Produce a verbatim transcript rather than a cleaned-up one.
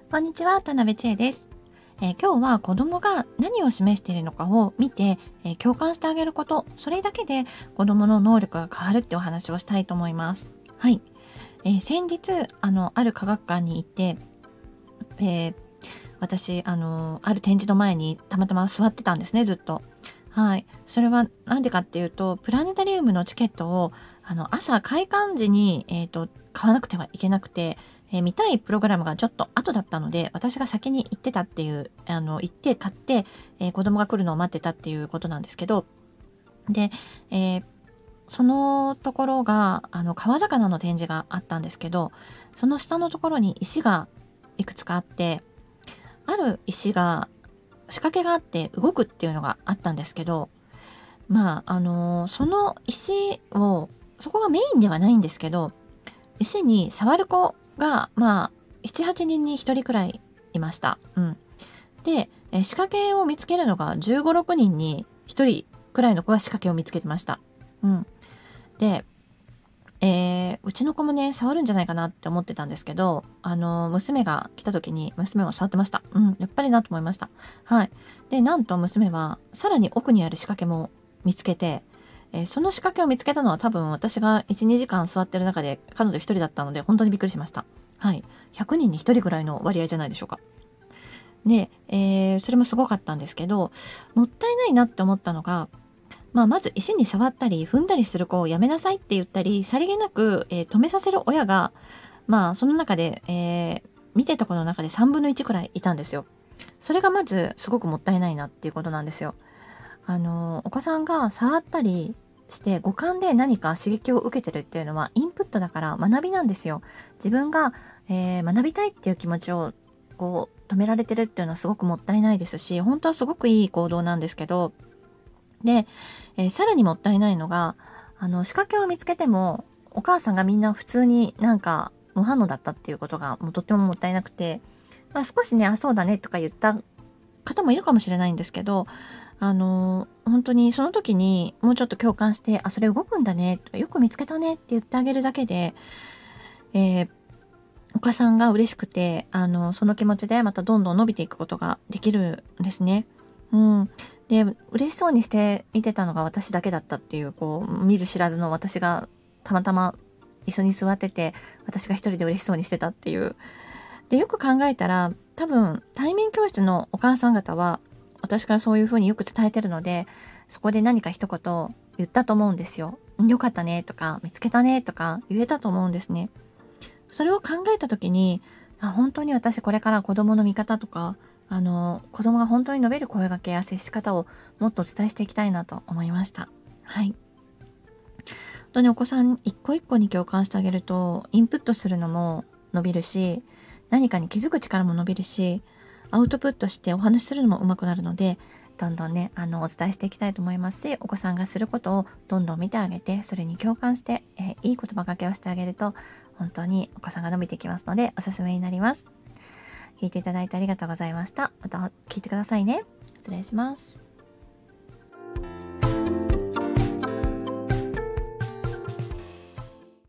こんにちは、田辺千恵です。えー今日は子供が何を示しているのかを見て、えー共感してあげること、それだけで子供の能力が変わるってお話をしたいと思います。はい。えー先日、あの、ある科学館に行って、えー私、あの、ある展示の前にたまたま座ってたんですね、ずっと。はい。それはなんでかっていうと、プラネタリウムのチケットを、あの、朝開館時に、えっと、買わなくてはいけなくて、えー見たいプログラムがちょっと後だったので、私が先に行ってたっていう、あの、行って買って、えー子供が来るのを待ってたっていうことなんですけど、で、えーそのところが、あの、川魚の展示があったんですけど、その下のところに石がいくつかあって、ある石が仕掛けがあって動くっていうのがあったんですけど、まあ、あの、その石を、そこがメインではないんですけど、石に触る子が、まあ、なな、はちにんにひとりくらいいました。うん。で、え仕掛けを見つけるのがじゅうご、ろくにんにひとりくらいの子が仕掛けを見つけてました。うん。で、えーうちの子もね、触るんじゃないかなって思ってたんですけど、あの、娘が来た時に娘も触ってました。うん、やっぱりなと思いました。はい。で、なんと娘は、さらに奥にある仕掛けも見つけて、えーその仕掛けを見つけたのは多分私がいち、にじかん座ってる中で彼女一人だったので、本当にびっくりしました。はい。ひゃくにんにひとりぐらいの割合じゃないでしょうか。で、えーそれもすごかったんですけど、もったいないなって思ったのが、まあ、まず石に触ったり踏んだりする子をやめなさいって言ったり、さりげなく、えー止めさせる親が、まあ、その中で、えー見てた子の中でさんぶんのいちくらいいたんですよ。それがまずすごくもったいないなっていうことなんですよ。あの、お子さんが触ったりして五感で何か刺激を受けてるっていうのはインプットだから学びなんですよ。自分が、えー学びたいっていう気持ちをこう止められてるっていうのはすごくもったいないですし、本当はすごくいい行動なんですけど、で、えーさらにもったいないのが、あの、仕掛けを見つけても、お母さんがみんな普通になんか無反応だったっていうことがもうとってももったいなくて、まあ、少しね、あ、そうだねとか言った方もいるかもしれないんですけど、あの、本当にその時にもうちょっと共感して、あ、それ動くんだね、よく見つけたねって言ってあげるだけで、えーお母さんが嬉しくて、あの、その気持ちでまたどんどん伸びていくことができるんですね。うん。で、嬉しそうにして見てたのが私だけだったっていう、こう、見ず知らずの私がたまたま一緒に座ってて、私が一人で嬉しそうにしてたっていう。で、よく考えたら、多分、対面教室のお母さん方は、私からそういうふうによく伝えてるので、そこで何か一言言ったと思うんですよ。よかったねとか、見つけたねとか言えたと思うんですね。それを考えた時に、あ、本当に私これから子供の見方とか、あの、子供が本当に伸びる声掛けや接し方をもっとお伝えしていきたいなと思いました。はい。本当にお子さん一個一個に共感してあげると、インプットするのも伸びるし、何かに気づく力も伸びるし、アウトプットしてお話しするのも上手くなるので、どんどんね、あの、お伝えしていきたいと思いますし、お子さんがすることをどんどん見てあげて、それに共感して、えーいい言葉かけをしてあげると、本当にお子さんが伸びてきますので、おすすめになります。聞いていただいてありがとうございました。また聞いてくださいね。失礼します。